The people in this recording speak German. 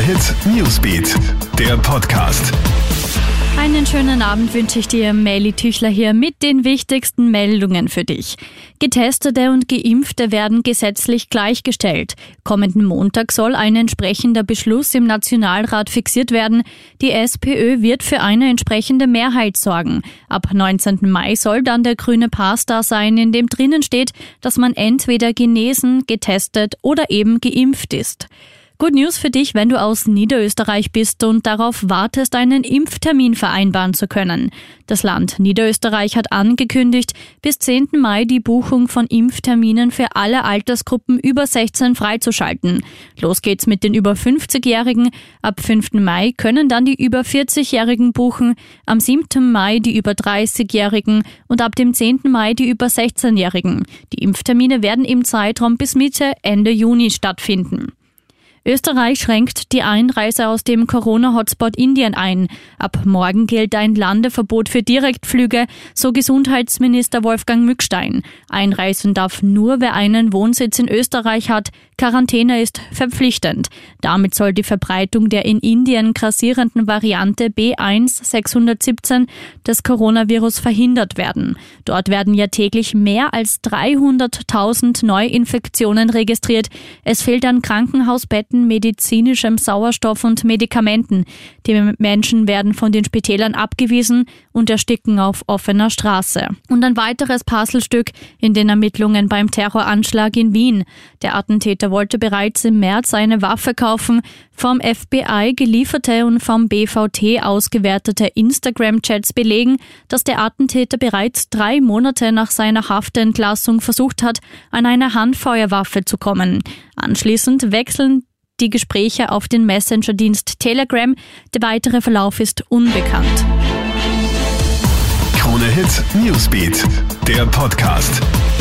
Hit Newsbeat, der Podcast. Einen schönen Abend wünsche ich dir, Melly Tüchler hier mit den wichtigsten Meldungen für dich. Getestete und Geimpfte werden gesetzlich gleichgestellt. Kommenden Montag soll ein entsprechender Beschluss im Nationalrat fixiert werden. Die SPÖ wird für eine entsprechende Mehrheit sorgen. Ab 19. Mai soll dann der grüne Pass da sein, in dem drinnen steht, dass man entweder genesen, getestet oder eben geimpft ist. Good News für dich, wenn du aus Niederösterreich bist und darauf wartest, einen Impftermin vereinbaren zu können. Das Land Niederösterreich hat angekündigt, bis 10. Mai die Buchung von Impfterminen für alle Altersgruppen über 16 freizuschalten. Los geht's mit den über 50-Jährigen. Ab 5. Mai können dann die über 40-Jährigen buchen, am 7. Mai die über 30-Jährigen und ab dem 10. Mai die über 16-Jährigen. Die Impftermine werden im Zeitraum bis Mitte, Ende Juni stattfinden. Österreich schränkt die Einreise aus dem Corona-Hotspot Indien ein. Ab morgen gilt ein Landeverbot für Direktflüge, so Gesundheitsminister Wolfgang Mückstein. Einreisen darf nur, wer einen Wohnsitz in Österreich hat. Quarantäne ist verpflichtend. Damit soll die Verbreitung der in Indien grassierenden Variante B1.617 des Coronavirus verhindert werden. Dort werden ja täglich mehr als 300.000 Neuinfektionen registriert. Es fehlt an Krankenhausbetten, medizinischem Sauerstoff und Medikamenten. Die Menschen werden von den Spitälern abgewiesen und ersticken auf offener Straße. Und ein weiteres Puzzlestück in den Ermittlungen beim Terroranschlag in Wien. Der Attentäter wollte bereits im März eine Waffe kaufen. Vom FBI gelieferte und vom BVT ausgewertete Instagram-Chats belegen, dass der Attentäter bereits 3 Monate nach seiner Haftentlassung versucht hat, an eine Handfeuerwaffe zu kommen. Anschließend wechseln die Gespräche auf den Messenger-Dienst Telegram. Der weitere Verlauf ist unbekannt. Krone Hit Newsbeat, der Podcast.